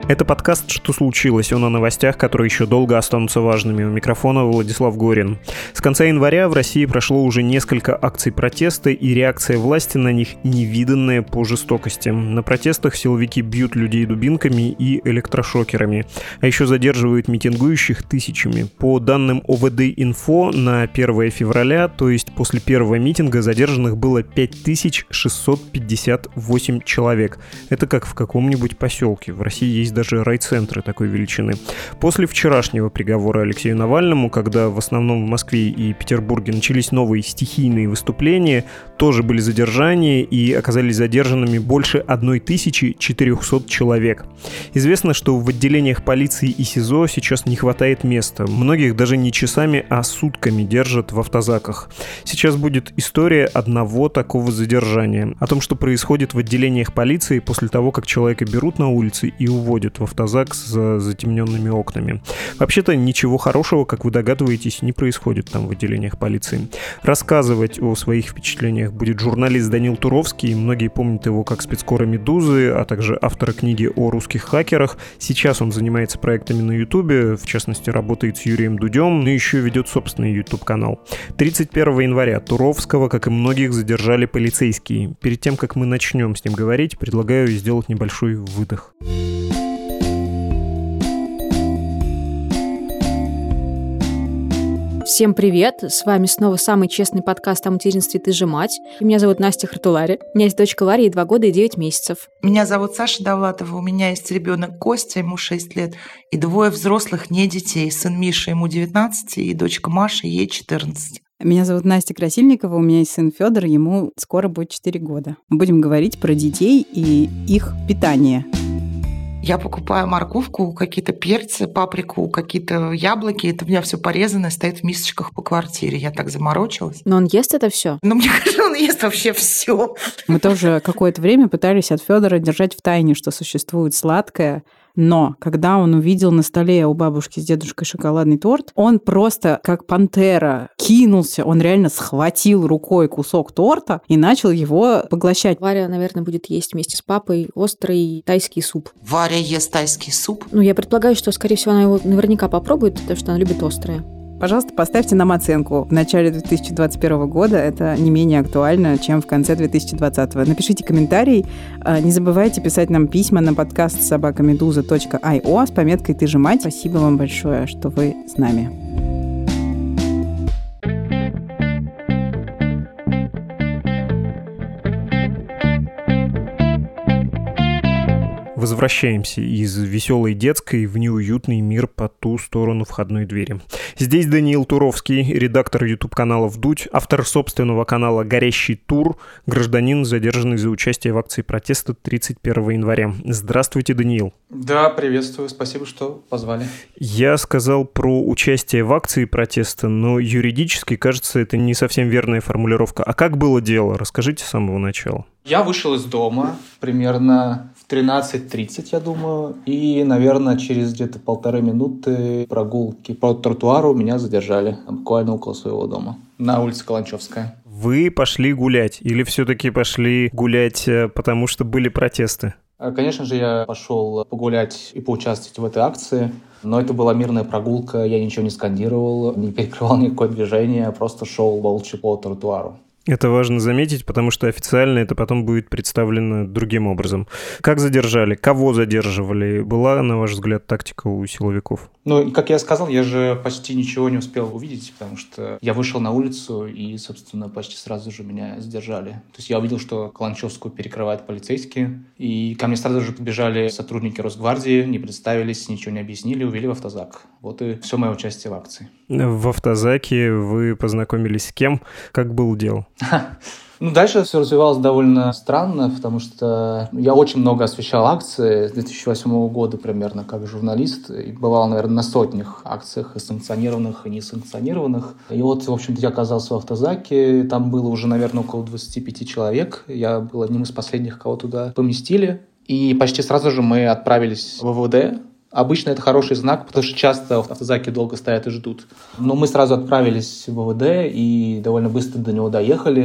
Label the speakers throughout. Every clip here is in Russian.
Speaker 1: Это подкаст «Что случилось?». Он о новостях, которые еще долго останутся важными. У микрофона Владислав Горин. С конца января в России прошло уже несколько акций протеста, и реакция власти на них невиданная по жестокости. На протестах силовики бьют людей дубинками и электрошокерами, а еще задерживают митингующих тысячами. По данным ОВД-Инфо, на 1 февраля, то есть после первого митинга, задержанных было 5658 человек. Это как в каком-нибудь поселке. В России есть даже райцентры такой величины. После вчерашнего приговора Алексею Навальному, когда в основном в Москве и Петербурге начались новые стихийные выступления, тоже были задержания и оказались задержанными больше 1400 человек. Известно, что в отделениях полиции и СИЗО сейчас не хватает места. Многих даже не часами, а сутками держат в автозаках. Сейчас будет история одного такого задержания. О том, что происходит в отделениях полиции после того, как человека берут на улице и уводят в автозак с затемненными окнами. Вообще-то ничего хорошего, как вы догадываетесь, не происходит там в отделениях полиции. Рассказывать о своих впечатлениях будет журналист Даниил Туровский. Многие помнят его как спецкора «Медузы», а также автора книги о русских хакерах. Сейчас он занимается проектами на Ютубе, в частности, работает с Юрием Дудем, но еще ведет собственный YouTube-канал. 31 января Туровского, как и многих, задержали полицейские. Перед тем, как мы начнем с ним говорить, предлагаю сделать небольшой выдох.
Speaker 2: Всем привет! С вами снова самый честный подкаст о материнстве «Ты же мать». И меня зовут Настя Хартулари. У меня есть дочка Ларри, ей 2 года и 9 месяцев.
Speaker 3: Меня зовут Саша Довлатова. У меня есть ребенок Костя, ему 6 лет, и 2 взрослых не детей. Сын Миша, ему 19, и дочка Маша, ей 14.
Speaker 4: Меня зовут Настя Красильникова, у меня есть сын Федор, ему скоро будет 4 года. Мы будем говорить про детей и их питание.
Speaker 3: Я покупаю морковку, какие-то перцы, паприку, какие-то яблоки. Это у меня все порезано, стоит в мисочках по квартире. Я так заморочилась.
Speaker 2: Но он ест это все?
Speaker 3: Ну, мне кажется, он ест вообще все.
Speaker 4: Мы тоже какое-то время пытались от Федора держать в тайне, что существует сладкое. Но когда он увидел на столе у бабушки с дедушкой шоколадный торт, он просто как пантера кинулся, он реально схватил рукой кусок торта и начал его поглощать.
Speaker 2: Варя, наверное, будет есть вместе с папой острый тайский суп.
Speaker 3: Варя ест тайский суп?
Speaker 2: Ну, я предполагаю, что, скорее всего, она его наверняка попробует, потому что она любит острое.
Speaker 4: Пожалуйста, поставьте нам оценку. В начале 2021 года это не менее актуально, чем в конце 2020. Напишите комментарий. Не забывайте писать нам письма на подкаст собакамедуза.io с пометкой «Ты же мать». Спасибо вам большое, что вы с нами.
Speaker 1: Возвращаемся из веселой детской в неуютный мир по ту сторону входной двери. Здесь Даниил Туровский, редактор YouTube-канала «Вдудь», автор собственного канала «Горящий тур», гражданин, задержанный за участие в акции протеста 31 января. Здравствуйте, Даниил.
Speaker 5: Да, приветствую. Спасибо, что позвали.
Speaker 1: Я сказал про участие в акции протеста, но юридически, кажется, это не совсем верная формулировка. А как было дело? Расскажите с самого начала.
Speaker 5: Я вышел из дома примерно в 13:30, я думаю, и, наверное, через где-то 1,5 минуты прогулки по тротуару меня задержали буквально около своего дома на улице Каланчевская.
Speaker 1: Вы пошли гулять или все-таки пошли гулять, потому что были протесты?
Speaker 5: Конечно же, я пошел погулять и поучаствовать в этой акции, но это была мирная прогулка, я ничего не скандировал, не перекрывал никакое движение, просто шел молча по тротуару.
Speaker 1: Это важно заметить, потому что официально это потом будет представлено другим образом. Как задержали? Кого задерживали? Была, на ваш взгляд, тактика у силовиков?
Speaker 5: Ну, как я сказал, я же почти ничего не успел увидеть, потому что я вышел на улицу и, собственно, почти сразу же меня задержали. То есть я увидел, что Каланчевскую перекрывают полицейские, и ко мне сразу же подбежали сотрудники Росгвардии, не представились, ничего не объяснили, увели в автозак. Вот и все мое участие в акции.
Speaker 1: В автозаке вы познакомились с кем? Как было дело?
Speaker 5: Ну, дальше все развивалось довольно странно, потому что я очень много освещал акции с 2008 года примерно как журналист. И бывал, наверное, на сотнях акциях, и санкционированных, и несанкционированных. И вот, в общем-то, я оказался в автозаке. Там было уже, наверное, около 25 человек. Я был одним из последних, кого туда поместили. И почти сразу же мы отправились в ВВД. Обычно это хороший знак, потому что часто в автозаке долго стоят и ждут. Но мы сразу отправились в ВВД и довольно быстро до него доехали.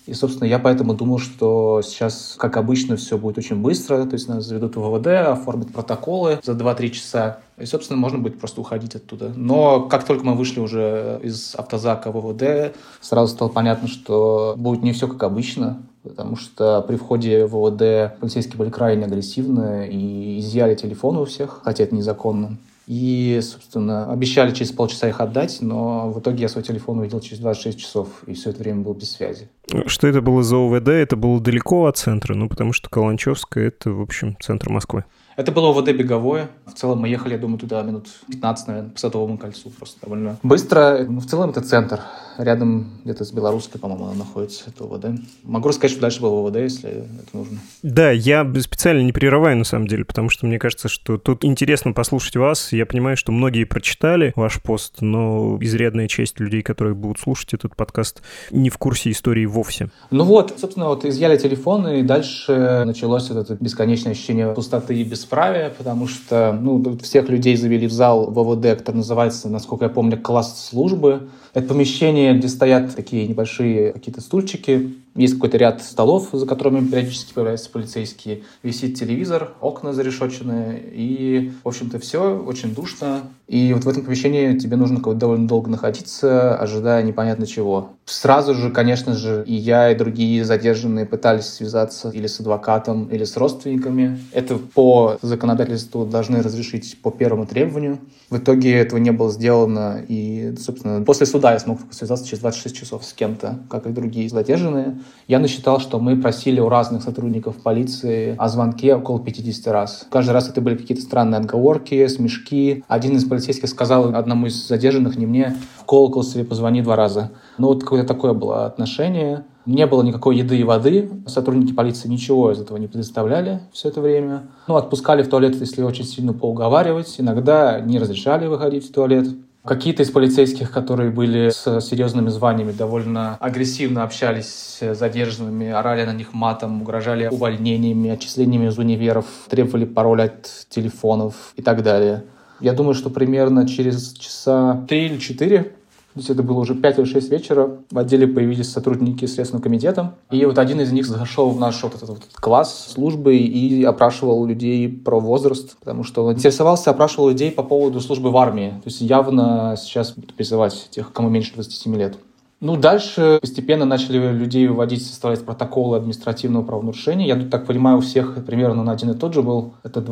Speaker 5: И, собственно, я поэтому думал, что сейчас, как обычно, все будет очень быстро. То есть нас заведут в ВВД, оформят протоколы за 2-3 часа. И, собственно, можно будет просто уходить оттуда. Но как только мы вышли уже из автозака в ВВД, сразу стало понятно, что будет не все как обычно. Потому что при входе в ВВД полицейские были крайне агрессивны и изъяли телефоны у всех, хотя это незаконно. И, собственно, обещали через полчаса их отдать, но в итоге я свой телефон увидел через 26 часов, и все это время был без связи.
Speaker 1: Что это было за ОВД? Это было далеко от центра, потому что Каланчевская — это, в общем, центр Москвы.
Speaker 5: Это было ОВД Беговое. В целом мы ехали, я думаю, туда минут 15, наверное, по Садовому кольцу. Просто довольно быстро. В целом это центр. Рядом где-то с Белорусской, по-моему, она находится, это ОВД. Могу рассказать, что дальше было ОВД, если это нужно.
Speaker 1: Да, я специально не прерываю, на самом деле, потому что мне кажется, что тут интересно послушать вас. Я понимаю, что многие прочитали ваш пост, но изрядная часть людей, которые будут слушать этот подкаст, не в курсе истории вовсе.
Speaker 5: Собственно, изъяли телефон, и дальше началось это бесконечное ощущение пустоты и бесправия, потому что всех людей завели в зал ВВД, который называется, насколько я помню, класс службы. Это помещение, где стоят такие небольшие какие-то стульчики. Есть какой-то ряд столов, за которыми периодически появляются полицейские. Висит телевизор, окна зарешоченные. И, в общем-то, все очень душно. И вот в этом помещении тебе нужно довольно долго находиться, ожидая непонятно чего. Сразу же, конечно же, и я, и другие задержанные пытались связаться или с адвокатом, или с родственниками. Это по законодательству должны разрешить по первому требованию. В итоге этого не было сделано. И, собственно, после суда я смог связаться через 26 часов с кем-то, как и другие задержанные. Я насчитал, что мы просили у разных сотрудников полиции о звонке около 50 раз. Каждый раз это были какие-то странные отговорки, смешки. Один из полицейских сказал одному из задержанных, не мне, в колокол себе позвони 2 раза. Какое-то такое было отношение. Не было никакой еды и воды. Сотрудники полиции ничего из этого не предоставляли все это время. Отпускали в туалет, если очень сильно поуговаривать. Иногда не разрешали выходить в туалет. Какие-то из полицейских, которые были с серьезными званиями, довольно агрессивно общались с задержанными, орали на них матом, угрожали увольнениями, отчислениями из универов, требовали пароль от телефонов и так далее. Я думаю, что примерно через часа 3 или 4, то есть это было уже 5 или 6 вечера, в отделе появились сотрудники Следственного комитета. И один из них зашел в наш этот класс службы и опрашивал людей про возраст, потому что он интересовался, опрашивал людей по поводу службы в армии. То есть явно сейчас будут призывать тех, кому меньше 27 лет. Дальше постепенно начали людей выводить, составлять протоколы административного правонарушения. Я тут так понимаю, у всех примерно на один и тот же был. Это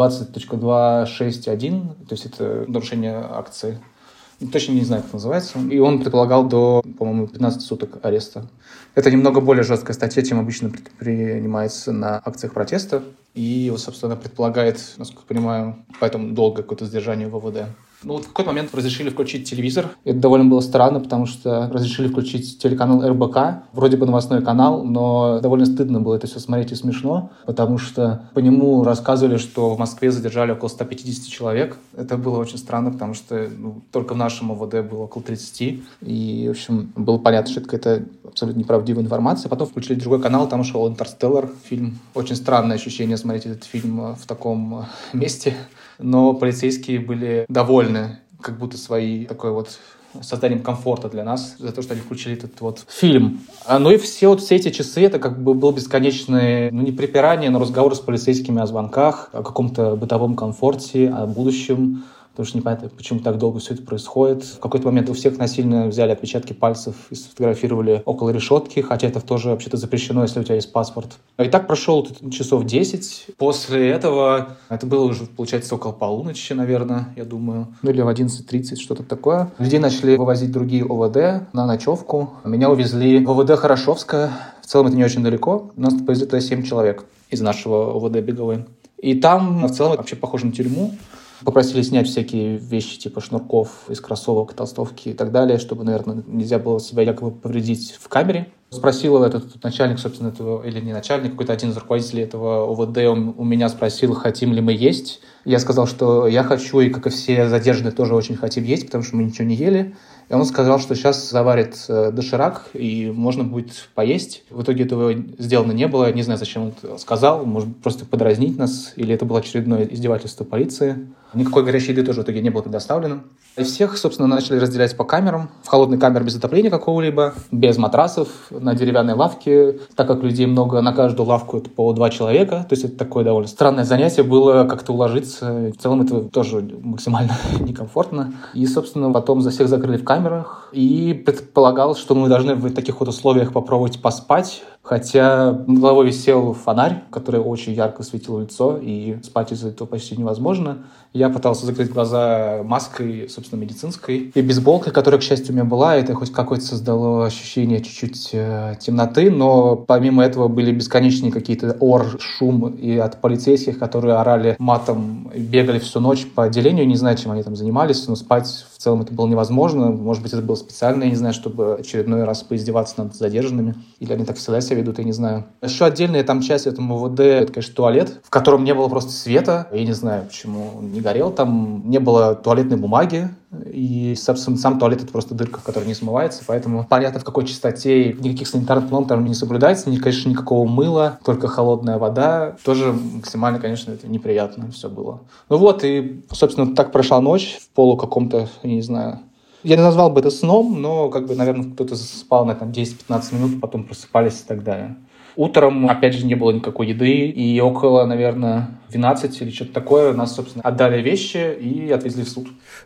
Speaker 5: 20.261, то есть это нарушение акции. Точно не знаю, как называется. И он предполагал до, по-моему, 15 суток ареста. Это немного более жесткая статья, чем обычно принимается на акциях протеста. И, собственно, предполагает, насколько я понимаю, поэтому долгое какое-то задержание в ВВД. В какой-то момент разрешили включить телевизор. Это довольно было странно, потому что разрешили включить телеканал РБК. Вроде бы новостной канал, но довольно стыдно было это все смотреть и смешно, потому что по нему рассказывали, что в Москве задержали около 150 человек. Это было очень странно, потому что только в нашем ОВД было около 30. И, в общем, было понятно, что это какая-то абсолютно неправдивая информация. Потом включили другой канал, там шел «Интерстеллар» фильм. Очень странное ощущение смотреть этот фильм в таком месте. Но полицейские были довольны, как будто такой созданием комфорта для нас, за то, что они включили этот фильм. И все эти часы, это как бы был бесконечное, не припирание, но разговор с полицейскими о звонках, о каком-то бытовом комфорте, о будущем. Потому что непонятно, почему так долго все это происходит. В какой-то момент у всех насильно взяли отпечатки пальцев и сфотографировали около решетки, хотя это тоже вообще-то запрещено, если у тебя есть паспорт. И так прошел часов 10. После этого, это было уже, получается, около полуночи, наверное, я думаю. Или в 11:30, что-то такое. Людей начали вывозить другие ОВД на ночевку. Меня увезли в ОВД Хорошевская. В целом это не очень далеко. Нас повезли туда 7 человек из нашего ОВД Беговой. И там в целом вообще похоже на тюрьму. Попросили снять всякие вещи типа шнурков из кроссовок, толстовки и так далее, чтобы, наверное, нельзя было себя якобы повредить в камере. Спросил этот начальник, собственно, этого, или не начальник, какой-то один из руководителей этого ОВД, он у меня спросил, хотим ли мы есть. Я сказал, что я хочу, и как и все задержанные тоже очень хотим есть, потому что мы ничего не ели. И он сказал, что сейчас заварит доширак, и можно будет поесть. В итоге этого сделано не было. Не знаю, зачем он это сказал. Может, просто подразнить нас, или это было очередное издевательство полиции. Никакой горячей еды тоже в итоге не было предоставлено. И всех, собственно, начали разделять по камерам. В холодной камере без отопления какого-либо, без матрасов, на деревянной лавке. Так как людей много, на каждую лавку это по 2 человека. То есть это такое довольно странное занятие было как-то уложиться. В целом это тоже максимально некомфортно. И, собственно, потом за всех закрыли в камерах. И предполагалось, что мы должны в таких вот условиях попробовать поспать. Хотя над головой висел фонарь, который очень ярко светил лицо, и спать из-за этого почти невозможно. Я пытался закрыть глаза маской, собственно, медицинской, и бейсболкой, которая, к счастью, у меня была. Это хоть какое-то создало ощущение чуть-чуть темноты, но помимо этого были бесконечные какие-то шум и от полицейских, которые орали матом, бегали всю ночь по отделению. Не знаю, чем они там занимались, но спать в целом это было невозможно. Может быть, это было специально, я не знаю, чтобы очередной раз поиздеваться над задержанными. Или они так всегда себя ведут, я не знаю. Еще отдельная там часть этому МВД, это, конечно, туалет, в котором не было просто света. Я не знаю, почему он не горел. Там не было туалетной бумаги. И, собственно, сам туалет — это просто дырка, которая не смывается. Поэтому понятно, в какой чистоте, никаких санитарных норм там не соблюдается. Конечно, никакого мыла, только холодная вода. Тоже максимально, конечно, это неприятно все было. Ну вот, и, собственно, так прошла ночь в полу каком-то, я не знаю. Я не назвал бы это сном, но, наверное, кто-то спал на 10-15 минут, потом просыпались и так далее. Утром, опять же, не было никакой еды, и около, наверное, 12 или что-то такое нас, собственно, отдали вещи и отвезли в суд.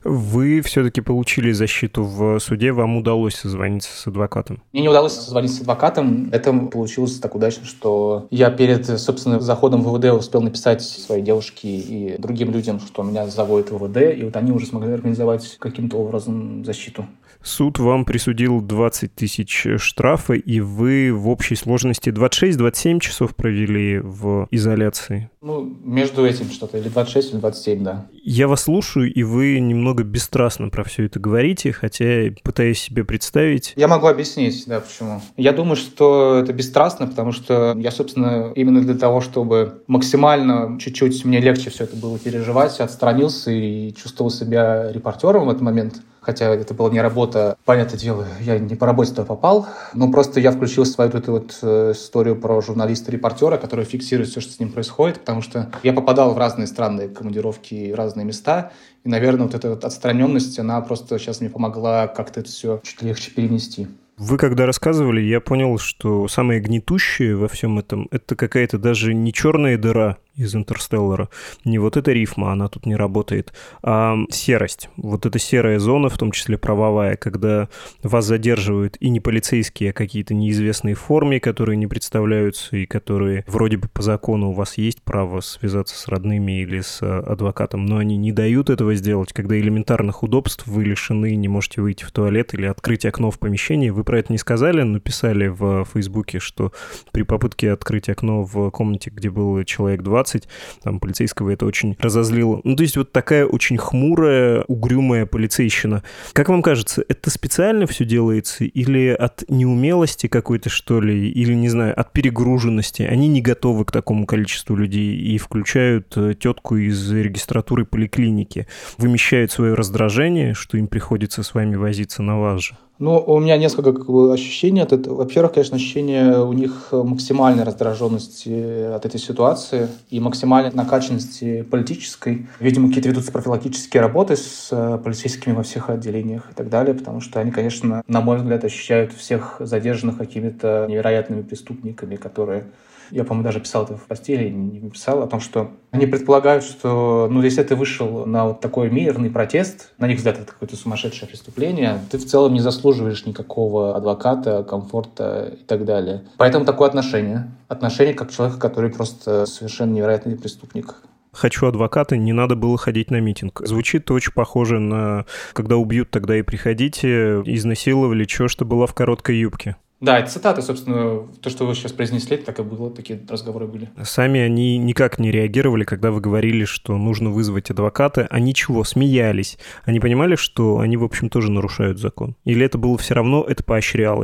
Speaker 1: Вы все-таки получили защиту в суде, вам удалось созвониться с адвокатом?
Speaker 5: Мне не удалось созвониться с адвокатом. Это получилось так удачно, что я перед, собственно, заходом в ВВД успел написать своей девушке и другим людям, что меня заводят в ВВД, и вот они уже смогли организовать каким-то образом защиту.
Speaker 1: Суд вам присудил 20 тысяч штрафа, и вы в общей сложности 26-27 часов провели в изоляции.
Speaker 5: Между этим что-то, или 26, или 27, да.
Speaker 1: Я вас слушаю, и вы немного бесстрастно про все это говорите, хотя пытаюсь себе представить.
Speaker 5: Я могу объяснить, да, почему. Я думаю, что это бесстрастно, потому что я, собственно, именно для того, чтобы максимально чуть-чуть мне легче все это было переживать, отстранился и чувствовал себя репортером в этот момент. Хотя это была не работа, понятное дело, я не по работе туда попал, но просто я включил свою эту историю про журналиста-репортера, который фиксирует все, что с ним происходит, потому что я попадал в разные странные командировки и разные места, и, наверное, вот эта отстраненность, она просто сейчас мне помогла как-то это все чуть легче перенести.
Speaker 1: Вы когда рассказывали, я понял, что самое гнетущее во всем этом — это какая-то даже не черная дыра из «Интерстеллара», не вот эта рифма, она тут не работает, а серость. Вот эта серая зона, в том числе правовая, когда вас задерживают и не полицейские, а какие-то неизвестные в форме, которые не представляются и которые вроде бы по закону у вас есть право связаться с родными или с адвокатом, но они не дают этого сделать, когда элементарных удобств вы лишены, не можете выйти в туалет или открыть окно в помещении. Вы про это не сказали, но писали в Фейсбуке, что при попытке открыть окно в комнате, где было человек 20, там полицейского это очень разозлило. То есть вот такая очень хмурая, угрюмая полицейщина. Как вам кажется, это специально все делается или от неумелости какой-то, что ли, или, не знаю, от перегруженности? Они не готовы к такому количеству людей и включают тетку из регистратуры поликлиники, вымещают свое раздражение, что им приходится с вами возиться на вас же.
Speaker 5: У меня несколько ощущений от этого. Во-первых, конечно, ощущение у них максимальной раздраженности от этой ситуации и максимальной накачанности политической. Видимо, какие-то ведутся профилактические работы с полицейскими во всех отделениях и так далее, потому что они, конечно, на мой взгляд, ощущают всех задержанных какими-то невероятными преступниками, которые... Я, по-моему, даже писал это в постели, не писал о том, что они предполагают, что, если ты вышел на вот такой мирный протест, на них взгляд это какое-то сумасшедшее преступление, ты в целом не заслуживаешь никакого адвоката, комфорта и так далее. Поэтому такое отношение. Отношение как человека, который просто совершенно невероятный преступник.
Speaker 1: «Хочу адвоката, не надо было ходить на митинг». Звучит очень похоже на «когда убьют, тогда и приходите», изнасиловали, чё, что была в короткой юбке.
Speaker 5: Да, это цитаты, собственно, то, что вы сейчас произнесли, так и было, такие разговоры были.
Speaker 1: Сами они никак не реагировали, когда вы говорили, что нужно вызвать адвоката. Они чего, смеялись? Они понимали, что они, в общем, тоже нарушают закон? Или это было все равно, это поощрялось?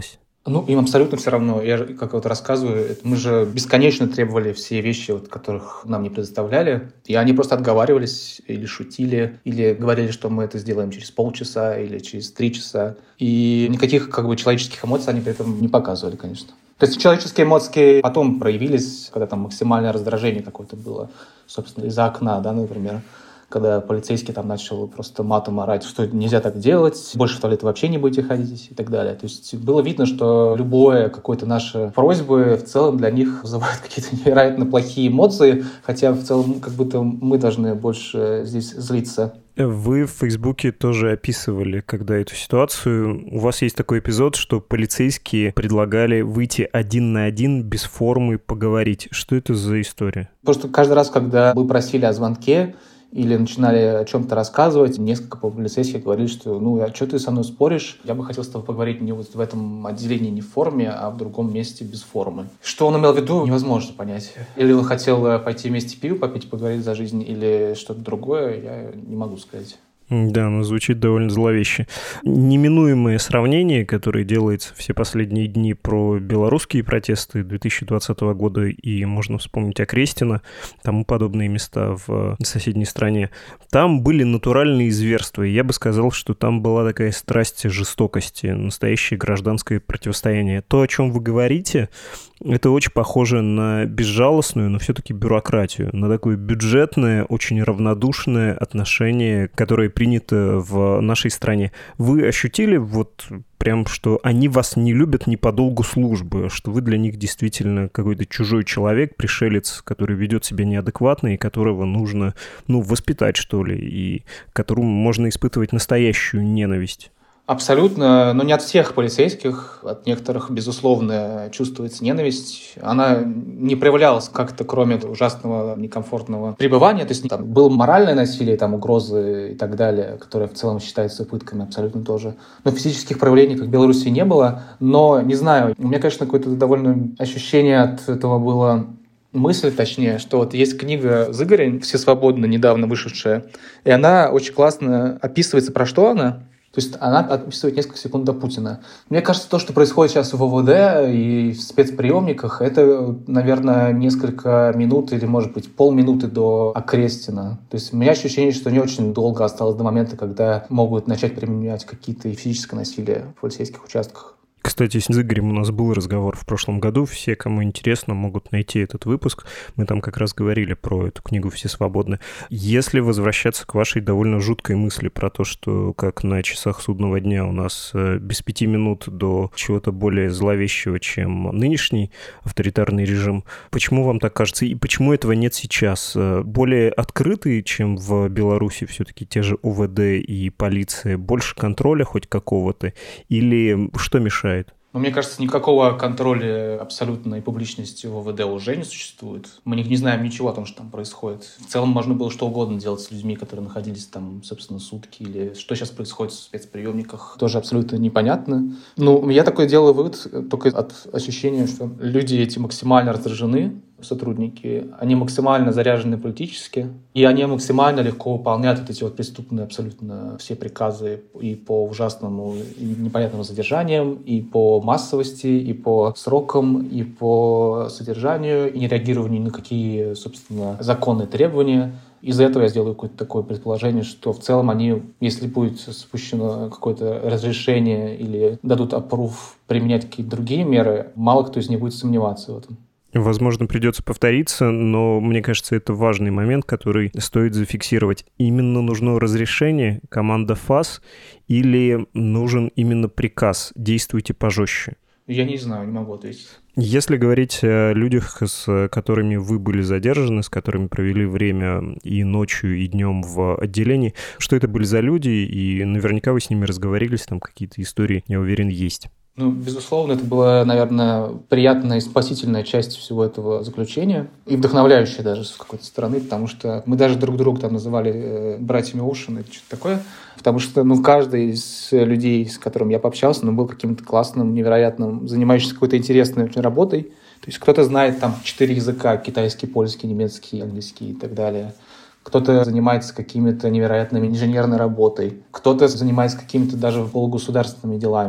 Speaker 5: Им абсолютно все равно. Я же, как вот рассказываю, мы же бесконечно требовали все вещи, которых нам не предоставляли. И они просто отговаривались или шутили, или говорили, что мы это сделаем через полчаса или через 3 часа. И никаких человеческих эмоций они при этом не показывали, конечно. То есть человеческие эмоции потом проявились, когда там максимальное раздражение какое-то было, собственно, из-за окна, да, например. Когда полицейский там начал просто матом орать, что нельзя так делать, больше в туалет вообще не будете ходить и так далее. То есть было видно, что любое какое-то наши просьбы в целом для них вызывают какие-то невероятно плохие эмоции, хотя в целом как будто мы должны больше здесь злиться.
Speaker 1: Вы в Фейсбуке тоже описывали, когда эту ситуацию. У вас есть такой эпизод, что полицейские предлагали выйти 1 на 1 без формы поговорить. Что это за история?
Speaker 5: Просто каждый раз, когда мы просили о звонке, или начинали о чем-то рассказывать, несколько полицейских говорили, что а что ты со мной споришь? Я бы хотел с тобой поговорить не вот в этом отделении, не в форме, а в другом месте без формы. Что он имел в виду, невозможно понять. Или он хотел пойти вместе пиво попить, поговорить за жизнь, или что-то другое, я не могу сказать.
Speaker 1: Да, звучит довольно зловеще. Неминуемое сравнение, которое делается все последние дни про белорусские протесты 2020 года, и можно вспомнить Окрестино, тому подобные места в соседней стране, там были натуральные зверства, и я бы сказал, что там была такая страсть жестокости, настоящее гражданское противостояние. То, о чем вы говорите, это очень похоже на безжалостную, но все-таки бюрократию, на такое бюджетное, очень равнодушное отношение, которое принято в нашей стране. Вы ощутили прям, что они вас не любят не по долгу службы, что вы для них действительно какой-то чужой человек, пришелец, который ведет себя неадекватно и которого нужно, воспитать, что ли, и к которому можно испытывать настоящую ненависть?
Speaker 5: Абсолютно, но не от всех полицейских, от некоторых, безусловно, чувствуется ненависть. Она не проявлялась как-то, кроме ужасного, некомфортного пребывания. То есть там было моральное насилие, там угрозы и так далее, которое в целом считается пытками абсолютно тоже. Но физических проявлений, как в Беларуси, не было. Но, не знаю, у меня, конечно, какое-то довольно ощущение от этого было... Мысль, точнее, что есть книга Зыгоря «Все свободны», недавно вышедшая, и она очень классно описывается, про что она. То есть она описывает несколько секунд до Путина. Мне кажется, то, что происходит сейчас в ВВД и в спецприемниках, это, наверное, несколько минут или, может быть, полминуты до Окрестина. То есть у меня ощущение, что не очень долго осталось до момента, когда могут начать применять какие-то физическое насилие в полицейских участках.
Speaker 1: Кстати, с Игорем у нас был разговор в прошлом году. Все, кому интересно, могут найти этот выпуск. Мы там как раз говорили про эту книгу «Все свободны». Если возвращаться к вашей довольно жуткой мысли про то, что как на часах судного дня у нас без 5 минут до чего-то более зловещего, чем нынешний авторитарный режим, почему вам так кажется? И почему этого нет сейчас? Более открытые, чем в Беларуси все-таки те же ОВД и полиция? Больше контроля хоть какого-то? Или что мешает?
Speaker 5: Но мне кажется, никакого контроля абсолютной публичности в ОВД уже не существует. Мы не знаем ничего о том, что там происходит. В целом можно было что угодно делать с людьми, которые находились там, собственно, сутки. Или что сейчас происходит в спецприемниках, тоже абсолютно непонятно. Я такой делаю вывод только от ощущения, что люди эти максимально раздражены, сотрудники, они максимально заряжены политически, и они максимально легко выполняют эти преступные абсолютно все приказы и по ужасному и непонятным задержаниям, и по массовости, и по срокам, и по содержанию, и не реагированию ни на какие, собственно, законные требования. Из-за этого я сделаю какое-то такое предположение, что в целом они, если будет спущено какое-то разрешение или дадут аппрув применять какие-то другие меры, мало кто из них будет сомневаться в этом.
Speaker 1: Возможно, придется повториться, но мне кажется, это важный момент, который стоит зафиксировать. Именно нужно разрешение, команда ФАС, или нужен именно приказ «действуйте пожестче»?
Speaker 5: Я не знаю, не могу ответить.
Speaker 1: Если говорить о людях, с которыми вы были задержаны, с которыми провели время и ночью, и днем в отделении, что это были за люди, и наверняка вы с ними разговорились, там какие-то истории, я уверен, есть.
Speaker 5: Безусловно, это была, наверное, приятная и спасительная часть всего этого заключения. И вдохновляющая даже с какой-то стороны, потому что мы даже друг друга там называли братьями Оушен или что-то такое. Потому что каждый из людей, с которым я пообщался, был каким-то классным, невероятным, занимающимся какой-то интересной очень работой. То есть кто-то знает там 4 языка: китайский, польский, немецкий, английский и так далее. Кто-то занимается какими-то невероятными инженерной работой. Кто-то занимается какими-то даже полугосударственными делами.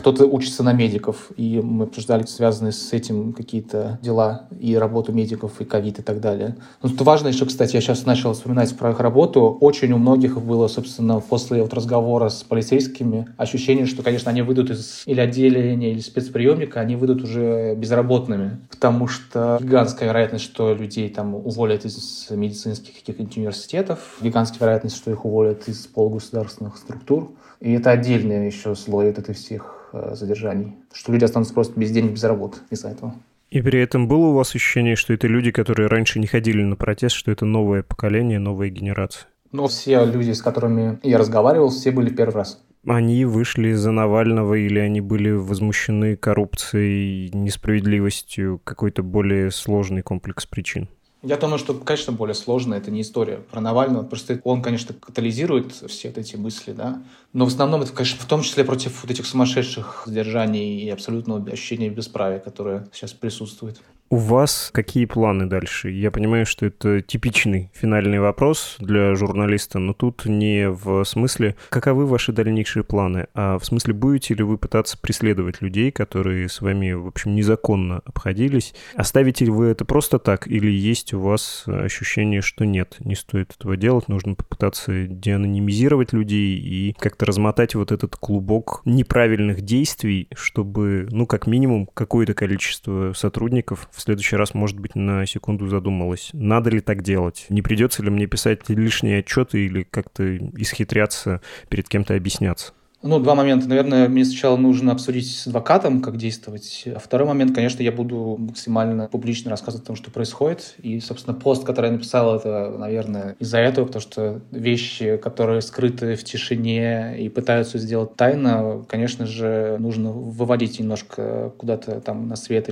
Speaker 5: кто-то учится на медиков, и мы обсуждали связанные с этим какие-то дела и работу медиков, и ковид, и так далее. Но тут важно еще, кстати, я сейчас начал вспоминать про их работу. Очень у многих было, собственно, после вот разговора с полицейскими ощущение, что, конечно, они выйдут из или отделения, или спецприемника, они выйдут уже безработными, потому что гигантская вероятность, что людей там уволят из медицинских каких-нибудь университетов, гигантская вероятность, что их уволят из полугосударственных структур. И это отдельный еще слой от этих всех задержаний, что люди останутся просто без денег, без работы из-за этого.
Speaker 1: И при этом было у вас ощущение, что это люди, которые раньше не ходили на протест, что это новое поколение, новая генерация?
Speaker 5: Но все люди, с которыми я разговаривал, все были первый раз.
Speaker 1: Они вышли за Навального или они были возмущены коррупцией, несправедливостью, какой-то более сложный комплекс причин?
Speaker 5: Я думаю, что, конечно, более сложно. Это не история про Навального. Просто он, конечно, катализирует все вот эти мысли, да. Но в основном это, конечно, в том числе против вот этих сумасшедших задержаний и абсолютного ощущения бесправия, которое сейчас присутствует.
Speaker 1: У вас какие планы дальше? Я понимаю, что это типичный финальный вопрос для журналиста, но тут не в смысле, каковы ваши дальнейшие планы, а в смысле, будете ли вы пытаться преследовать людей, которые с вами, в общем, незаконно обходились? Оставите ли вы это просто так, или есть у вас ощущение, что нет, не стоит этого делать, нужно попытаться деанонимизировать людей и как-то размотать вот этот клубок неправильных действий, чтобы, ну, как минимум, какое-то количество сотрудников в следующий раз, может быть, на секунду задумалась, надо ли так делать? Не придется ли мне писать лишние отчеты или как-то исхитряться, перед кем-то объясняться?
Speaker 5: Ну, два момента. Наверное, мне сначала нужно обсудить с адвокатом, как действовать. А второй момент, конечно, я буду максимально публично рассказывать о том, что происходит. И, собственно, пост, который я написал, это, наверное, из-за этого, потому что вещи, которые скрыты в тишине и пытаются сделать тайно, конечно же, нужно выводить немножко куда-то там на свет.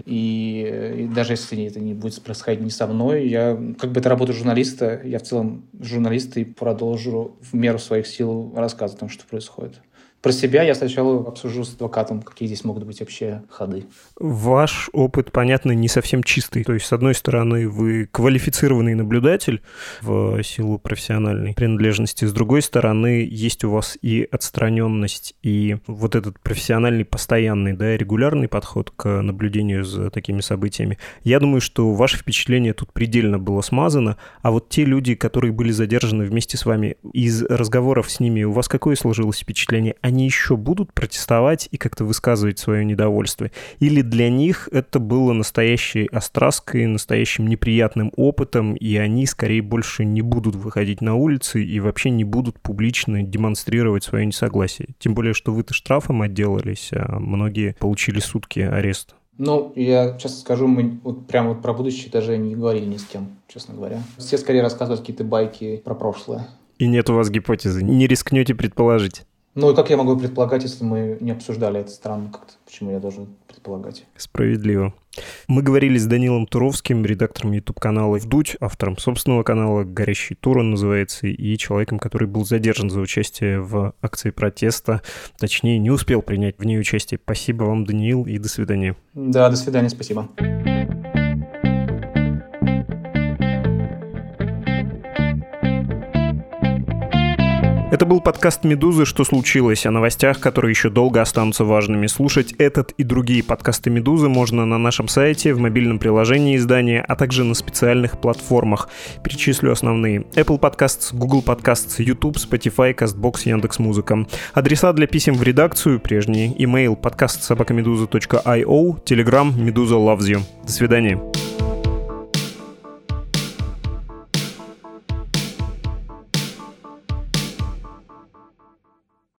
Speaker 5: И даже если это не будет происходить не со мной, я, как бы это работа журналиста, я в целом журналист и продолжу в меру своих сил рассказывать о том, что происходит. Про себя я сначала обсужу с адвокатом, какие здесь могут быть вообще ходы.
Speaker 1: Ваш опыт, понятно, не совсем чистый. То есть, с одной стороны, вы квалифицированный наблюдатель в силу профессиональной принадлежности. С другой стороны, есть у вас и отстраненность, и вот этот профессиональный, постоянный, да, регулярный подход к наблюдению за такими событиями. Я думаю, что ваше впечатление тут предельно было смазано, а вот те люди, которые были задержаны вместе с вами, из разговоров с ними, у вас какое сложилось впечатление? Они еще будут протестовать и как-то высказывать свое недовольство? Или для них это было настоящей остраской, настоящим неприятным опытом, и они скорее больше не будут выходить на улицы и вообще не будут публично демонстрировать свое несогласие? Тем более, что вы-то штрафом отделались, а многие получили сутки ареста.
Speaker 5: Ну, я честно скажу, мы вот прямо вот про будущее даже не говорили ни с кем, честно говоря. Все скорее рассказывают какие-то байки про прошлое.
Speaker 1: И нет у вас гипотезы? Не рискнете предположить?
Speaker 5: Ну, и как я могу предполагать, если мы не обсуждали это? Странно как-то. Почему я должен предполагать?
Speaker 1: Справедливо. Мы говорили с Данилом Туровским, редактором YouTube-канала «Вдуть», автором собственного канала «Горящий тур» он называется, и человеком, который был задержан за участие в акции протеста, точнее, не успел принять в ней участие. Спасибо вам, Даниил, и до свидания.
Speaker 5: Да, до свидания, спасибо.
Speaker 1: Это был подкаст «Медузы. Что случилось?» о новостях, которые еще долго останутся важными. Слушать этот и другие подкасты «Медузы» можно на нашем сайте, в мобильном приложении издания, а также на специальных платформах. Перечислю основные: Apple Podcasts, Google Podcasts, YouTube, Spotify, CastBox, Яндекс.Музыка. Адреса для писем в редакцию прежние: email podcast@meduza.io, Telegram Meduza loves you. До свидания.